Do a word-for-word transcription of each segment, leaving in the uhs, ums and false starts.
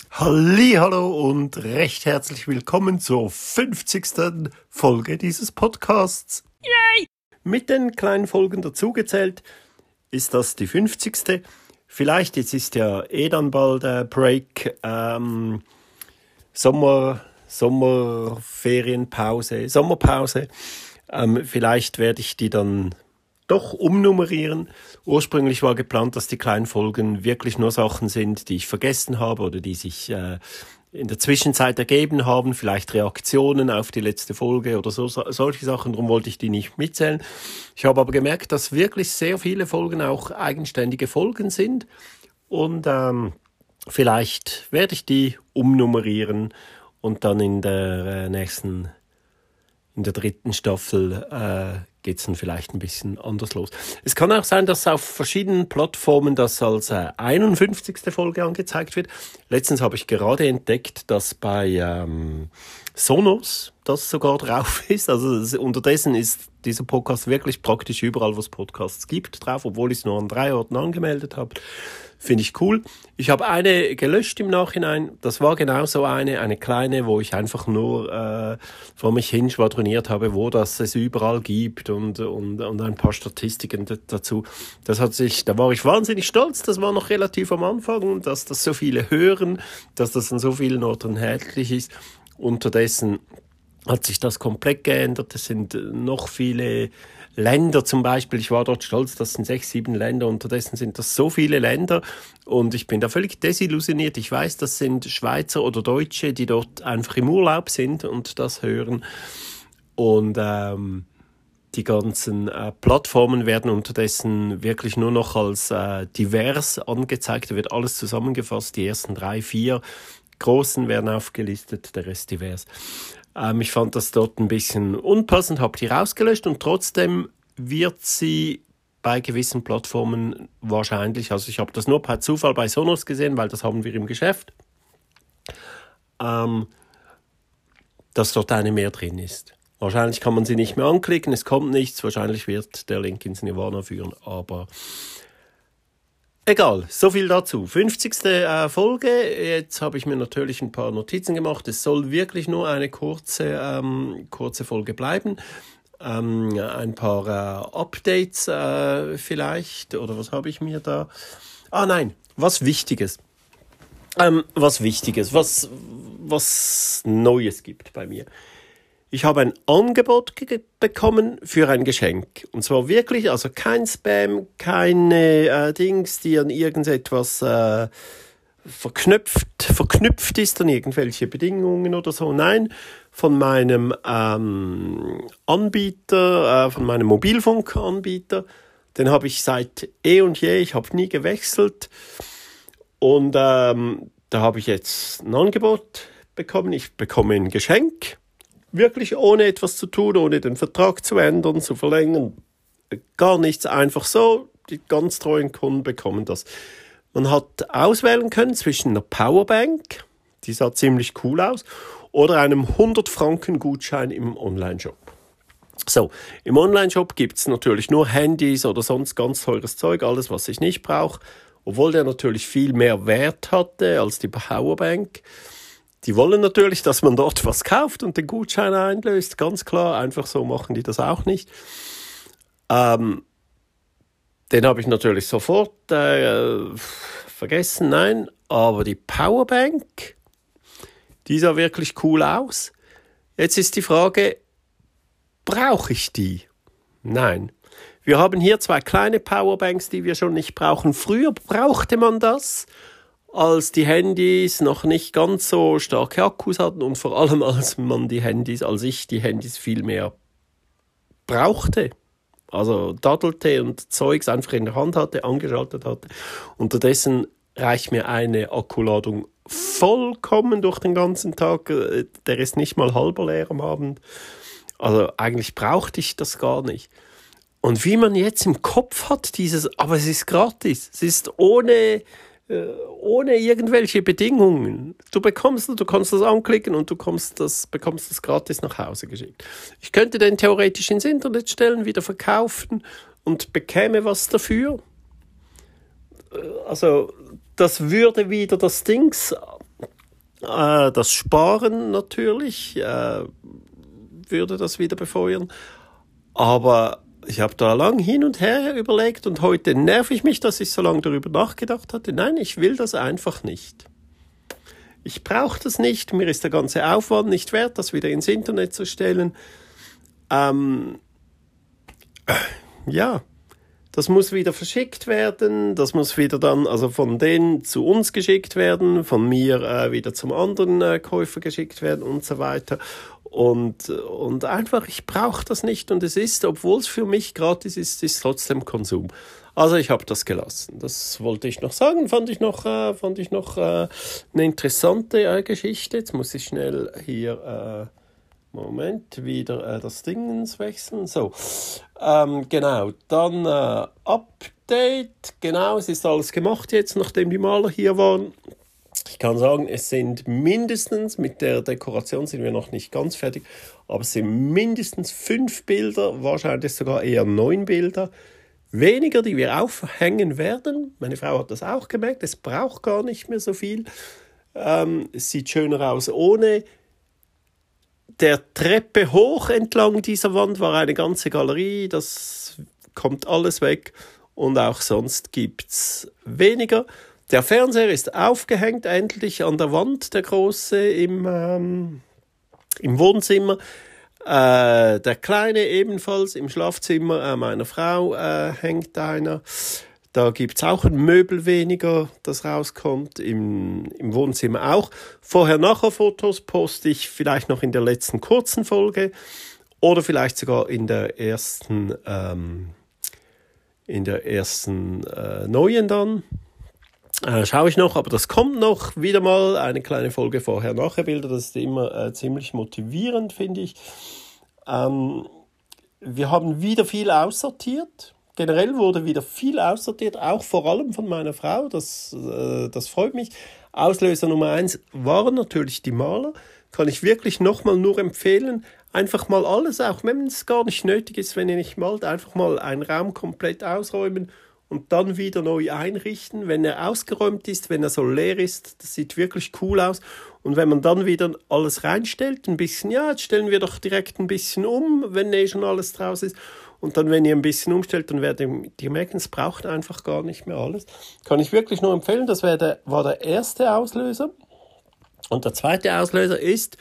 Hallihallo und recht herzlich willkommen zur fünfzigsten Folge dieses Podcasts. Yay! Mit den kleinen Folgen dazugezählt ist das die fünfzigste. Vielleicht, jetzt ist ja eh dann bald äh, Break, ähm, Sommer, Sommerferienpause, Sommerpause. Ähm, vielleicht werde ich die dann doch umnummerieren. Ursprünglich war geplant, dass die kleinen Folgen wirklich nur Sachen sind, die ich vergessen habe oder die sich äh, in der Zwischenzeit ergeben haben, vielleicht Reaktionen auf die letzte Folge oder so, solche Sachen, darum wollte ich die nicht mitzählen. Ich habe aber gemerkt, dass wirklich sehr viele Folgen auch eigenständige Folgen sind und ähm, vielleicht werde ich die umnummerieren und dann in der äh, nächsten, in der dritten Staffel äh, geht es dann vielleicht ein bisschen anders los. Es kann auch sein, dass auf verschiedenen Plattformen das als äh, einundfünfzigste Folge angezeigt wird. Letztens habe ich gerade entdeckt, dass bei ähm, Sonos das sogar drauf ist. Also unterdessen ist dieser Podcast wirklich praktisch überall, wo es Podcasts gibt, drauf, obwohl ich es nur an drei Orten angemeldet habe. Finde ich cool. Ich habe eine gelöscht im Nachhinein. Das war genau so eine, eine kleine, wo ich einfach nur äh, vor mich hin schwadroniert habe, wo das es überall gibt und, und, und ein paar Statistiken d- dazu. Das hat sich, da war ich wahnsinnig stolz. Das war noch relativ am Anfang, dass das so viele hören, dass das an so vielen Orten erhältlich ist. Unterdessen hat sich das komplett geändert. Es sind noch viele Länder zum Beispiel, ich war dort stolz, das sind sechs, sieben Länder, unterdessen sind das so viele Länder und ich bin da völlig desillusioniert. Ich weiß, das sind Schweizer oder Deutsche, die dort einfach im Urlaub sind und das hören und ähm, die ganzen äh, Plattformen werden unterdessen wirklich nur noch als äh, divers angezeigt, da wird alles zusammengefasst, die ersten drei, vier großen werden aufgelistet, der Rest divers. Ähm, ich fand das dort ein bisschen unpassend, habe die rausgelöscht und trotzdem wird sie bei gewissen Plattformen wahrscheinlich, also ich habe das nur per Zufall bei Sonos gesehen, weil das haben wir im Geschäft, ähm, dass dort eine mehr drin ist. Wahrscheinlich kann man sie nicht mehr anklicken, es kommt nichts, wahrscheinlich wird der Link ins Nirvana führen, aber egal, so viel dazu. fünfzigste Äh, Folge. Jetzt habe ich mir natürlich ein paar Notizen gemacht. Es soll wirklich nur eine kurze, ähm, kurze Folge bleiben. Ähm, ein paar äh, Updates äh, vielleicht. Oder was habe ich mir da? Ah nein, was Wichtiges. Ähm, was Wichtiges, was, was Neues gibt bei mir. Ich habe ein Angebot ge- bekommen für ein Geschenk. Und zwar wirklich, also kein Spam, keine äh, Dings, die an irgendetwas äh, verknüpft, verknüpft ist, an irgendwelche Bedingungen oder so. Nein, von meinem ähm, Anbieter, äh, von meinem Mobilfunkanbieter. Den habe ich seit eh und je, ich habe nie gewechselt. Und ähm, da habe ich jetzt ein Angebot bekommen. Ich bekomme ein Geschenk. Wirklich ohne etwas zu tun, ohne den Vertrag zu ändern, zu verlängern. Gar nichts, einfach so. Die ganz treuen Kunden bekommen das. Man hat auswählen können zwischen einer Powerbank, die sah ziemlich cool aus, oder einem hundert Franken Gutschein im Online-Shop. So, im Online-Shop gibt es natürlich nur Handys oder sonst ganz teures Zeug, alles, was ich nicht brauche. Obwohl der natürlich viel mehr Wert hatte als die Powerbank. Die wollen natürlich, dass man dort was kauft und den Gutschein einlöst, ganz klar, einfach so machen die das auch nicht. Ähm, den habe ich natürlich sofort äh, vergessen, nein, aber die Powerbank, die sah wirklich cool aus. Jetzt ist die Frage, brauche ich die? Nein. Wir haben hier zwei kleine Powerbanks, die wir schon nicht brauchen. Früher brauchte man das, als die Handys noch nicht ganz so starke Akkus hatten und vor allem als man die Handys, als ich die Handys viel mehr brauchte. Also daddelte und Zeugs einfach in der Hand hatte, angeschaltet hatte. Unterdessen reicht mir eine Akkuladung vollkommen durch den ganzen Tag. Der ist nicht mal halber leer am Abend. Also eigentlich brauchte ich das gar nicht. Und wie man jetzt im Kopf hat, dieses, aber es ist gratis, es ist ohne... ohne irgendwelche Bedingungen. Du bekommst, du kannst das anklicken und du bekommst das, bekommst das gratis nach Hause geschickt. Ich könnte den theoretisch ins Internet stellen, wieder verkaufen und bekäme was dafür. Also, das würde wieder das Dings Äh, das Sparen natürlich äh, würde das wieder befeuern. Aber ich habe da lang hin und her überlegt und heute nerv ich mich, dass ich so lange darüber nachgedacht hatte. Nein, ich will das einfach nicht. Ich brauche das nicht. Mir ist der ganze Aufwand nicht wert, das wieder ins Internet zu stellen. Ähm, ja, das muss wieder verschickt werden. Das muss wieder dann, also von denen zu uns geschickt werden, von mir äh, wieder zum anderen äh, Käufer geschickt werden und so weiter. Und, und einfach, ich brauche das nicht. Und es ist, obwohl es für mich gratis ist, ist trotzdem Konsum. Also ich habe das gelassen. Das wollte ich noch sagen. Fand ich noch, äh, fand ich noch äh, eine interessante äh, Geschichte. Jetzt muss ich schnell hier, äh, Moment, wieder äh, das Dingens wechseln. So, ähm, genau. Dann äh, Update. Genau, es ist alles gemacht jetzt, nachdem die Maler hier waren. Ich kann sagen, es sind mindestens, mit der Dekoration sind wir noch nicht ganz fertig, aber es sind mindestens fünf Bilder, wahrscheinlich sogar eher neun Bilder, weniger, die wir aufhängen werden. Meine Frau hat das auch gemerkt, es braucht gar nicht mehr so viel. Ähm, es sieht schöner aus ohne. Der Treppe hoch entlang dieser Wand war eine ganze Galerie, das kommt alles weg und auch sonst gibt es weniger. Der Fernseher ist aufgehängt, endlich an der Wand, der große im, ähm, im Wohnzimmer. Äh, der kleine ebenfalls im Schlafzimmer äh, meiner Frau äh, hängt einer. Da gibt es auch ein Möbel weniger, das rauskommt, im, im Wohnzimmer auch. Vorher-Nachher-Fotos poste ich vielleicht noch in der letzten kurzen Folge oder vielleicht sogar in der ersten, ähm, in der ersten äh, neuen dann. Äh, schaue ich noch, aber das kommt noch wieder mal, eine kleine Folge Vorher-Nachher-Bilder, das ist immer äh, ziemlich motivierend, finde ich. Ähm, wir haben wieder viel aussortiert, generell wurde wieder viel aussortiert, auch vor allem von meiner Frau, das, äh, das freut mich. Auslöser Nummer eins waren natürlich die Maler, kann ich wirklich nochmal nur empfehlen, einfach mal alles, auch wenn es gar nicht nötig ist, wenn ihr nicht malt, einfach mal einen Raum komplett ausräumen und dann wieder neu einrichten, wenn er ausgeräumt ist, wenn er so leer ist, das sieht wirklich cool aus. Und wenn man dann wieder alles reinstellt, ein bisschen, ja, jetzt stellen wir doch direkt ein bisschen um, wenn eh schon alles draus ist. Und dann, wenn ihr ein bisschen umstellt, dann werdet ihr merken, es braucht einfach gar nicht mehr alles. Kann ich wirklich nur empfehlen, das war der, war der erste Auslöser. Und der zweite Auslöser ist,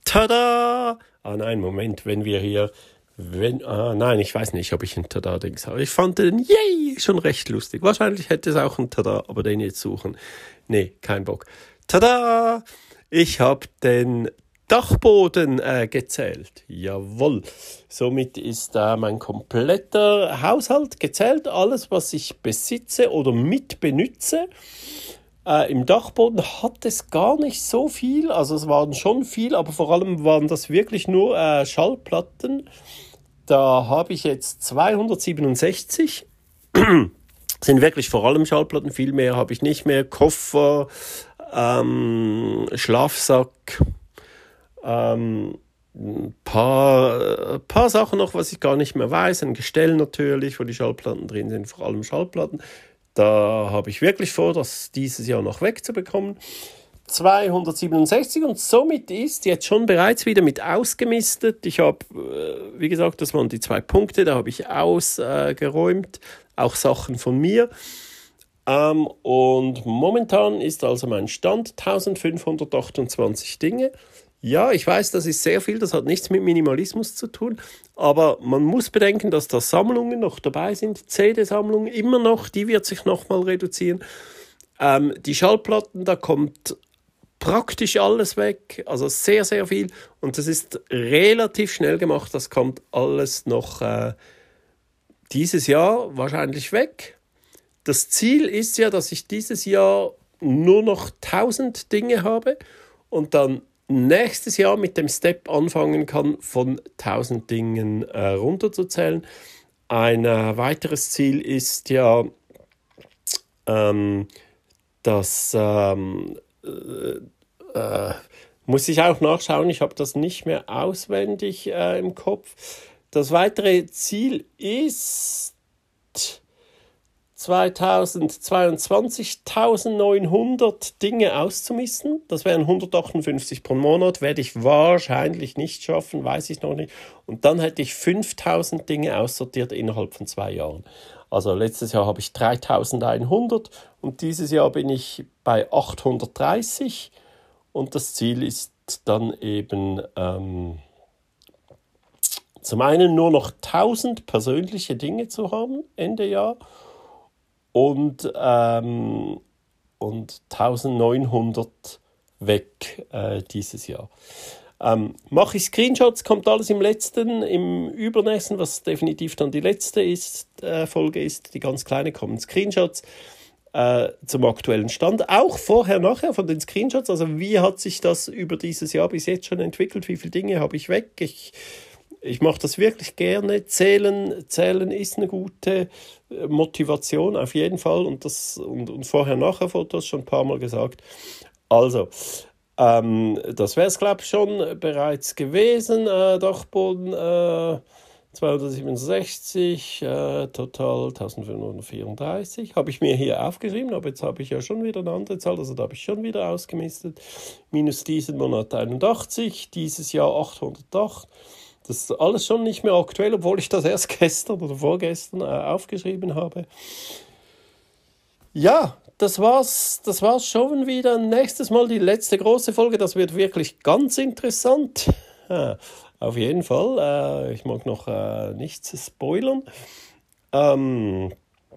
tada! Ah nein, Moment, wenn wir hier... Wenn, ah, nein, ich weiß nicht, ob ich einen Tada-Dings habe. Ich fand den, yay, schon recht lustig. Wahrscheinlich hätte es auch einen Tada, aber den jetzt suchen. Nee, kein Bock. Tada! Ich habe den Dachboden äh, gezählt. Jawohl. Somit ist äh, mein kompletter Haushalt gezählt. Alles, was ich besitze oder mit benütze. Äh, Im Dachboden hat es gar nicht so viel. Also es waren schon viel, aber vor allem waren das wirklich nur äh, Schallplatten. Da habe ich jetzt zweihundertsiebenundsechzig. Sind wirklich vor allem Schallplatten. Viel mehr habe ich nicht mehr. Koffer, ähm, Schlafsack, ähm, ein paar, äh, paar Sachen noch, was ich gar nicht mehr weiß. Ein Gestell natürlich, wo die Schallplatten drin sind, vor allem Schallplatten. Da habe ich wirklich vor, das dieses Jahr noch wegzubekommen. zweihundertsiebenundsechzig und somit ist jetzt schon bereits wieder mit ausgemistet. Ich habe, äh, wie gesagt, das waren die zwei Punkte, da habe ich ausgeräumt, äh, auch Sachen von mir. Ähm, und momentan ist also mein Stand eintausendfünfhundertachtundzwanzig Dinge. Ja, ich weiß, das ist sehr viel, das hat nichts mit Minimalismus zu tun, aber man muss bedenken, dass da Sammlungen noch dabei sind, C D-Sammlungen immer noch, die wird sich nochmal reduzieren. Ähm, die Schallplatten, da kommt praktisch alles weg, also sehr, sehr viel und das ist relativ schnell gemacht, das kommt alles noch äh, dieses Jahr wahrscheinlich weg. Das Ziel ist ja, dass ich dieses Jahr nur noch tausend Dinge habe und dann nächstes Jahr mit dem Step anfangen kann, von tausend Dingen äh, runterzuzählen. Ein äh, weiteres Ziel ist ja, ähm, dass, ähm, äh, äh, muss ich auch nachschauen, ich habe das nicht mehr auswendig äh, im Kopf. Das weitere Ziel ist zweitausendzweiundzwanzig neunzehnhundert Dinge auszumisten. Das wären hundertachtundfünfzig pro Monat, werde ich wahrscheinlich nicht schaffen, weiß ich noch nicht. Und dann hätte ich fünftausend Dinge aussortiert innerhalb von zwei Jahren. Also letztes Jahr habe ich dreitausendeinhundert und dieses Jahr bin ich bei achthundertdreißig. Und das Ziel ist dann eben ähm, zum einen nur noch tausend persönliche Dinge zu haben Ende Jahr und, ähm, und neunzehnhundert weg äh, dieses Jahr. Ähm, mache ich Screenshots, kommt alles im letzten, im übernächsten, was definitiv dann die letzte ist, äh, Folge ist, die ganz kleine, kommen Screenshots äh, zum aktuellen Stand. Auch vorher, nachher von den Screenshots, also wie hat sich das über dieses Jahr bis jetzt schon entwickelt, wie viele Dinge habe ich weg, ich Ich mache das wirklich gerne. Zählen, zählen ist eine gute Motivation, auf jeden Fall. Und, das, und, und Vorher-Nachher-Fotos schon ein paar Mal gesagt. Also, ähm, das wäre es, glaube ich, schon bereits gewesen. Äh, Dachboden äh, zweihundertsiebenundsechzig, äh, total eintausendfünfhundertvierunddreißig. Habe ich mir hier aufgeschrieben, aber jetzt habe ich ja schon wieder eine andere Zahl. Also da habe ich schon wieder ausgemistet. Minus diesen Monat einundachtzig, dieses Jahr achthundertacht. Das ist alles schon nicht mehr aktuell, obwohl ich das erst gestern oder vorgestern äh, aufgeschrieben habe. Ja, das war's, das war's schon wieder. Nächstes Mal die letzte große Folge, das wird wirklich ganz interessant. Ja, auf jeden Fall, äh, ich mag noch äh, nichts spoilern. Ähm,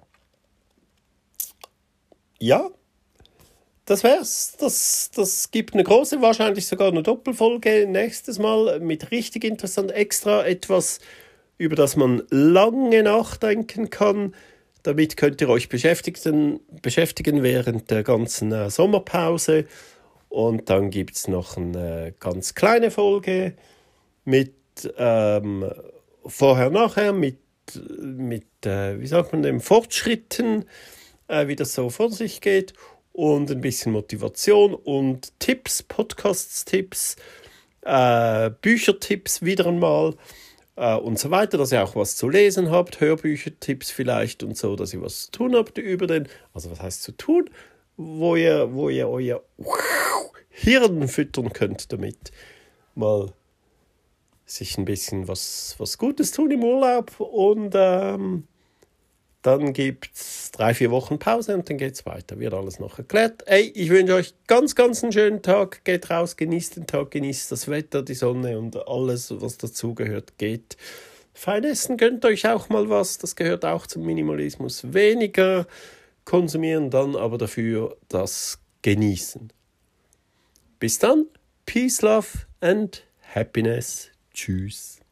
ja. Das wär's. Das, das gibt eine große, wahrscheinlich sogar eine Doppelfolge nächstes Mal mit richtig interessant extra etwas, über das man lange nachdenken kann. Damit könnt ihr euch beschäftigen, beschäftigen während der ganzen äh, Sommerpause. Und dann gibt es noch eine ganz kleine Folge mit ähm, vorher-nachher, mit, mit äh, wie sagt man dem, Fortschritten, äh, wie das so vor sich geht. Und ein bisschen Motivation und Tipps, Podcasts-Tipps, äh, Büchertipps wieder einmal äh, und so weiter, dass ihr auch was zu lesen habt, Hörbüchertipps vielleicht und so, dass ihr was zu tun habt über den, also was heißt zu tun, wo ihr, wo ihr euer Hirn füttern könnt damit. Mal sich ein bisschen was, was Gutes tun im Urlaub und ähm, dann gibt es drei, vier Wochen Pause und dann geht es weiter. Wird alles noch erklärt. Ey, ich wünsche euch ganz, ganz einen schönen Tag. Geht raus, genießt den Tag, genießt das Wetter, die Sonne und alles, was dazugehört, geht. Fein essen, gönnt euch auch mal was. Das gehört auch zum Minimalismus. Weniger konsumieren, dann aber dafür das genießen. Bis dann. Peace, Love and Happiness. Tschüss.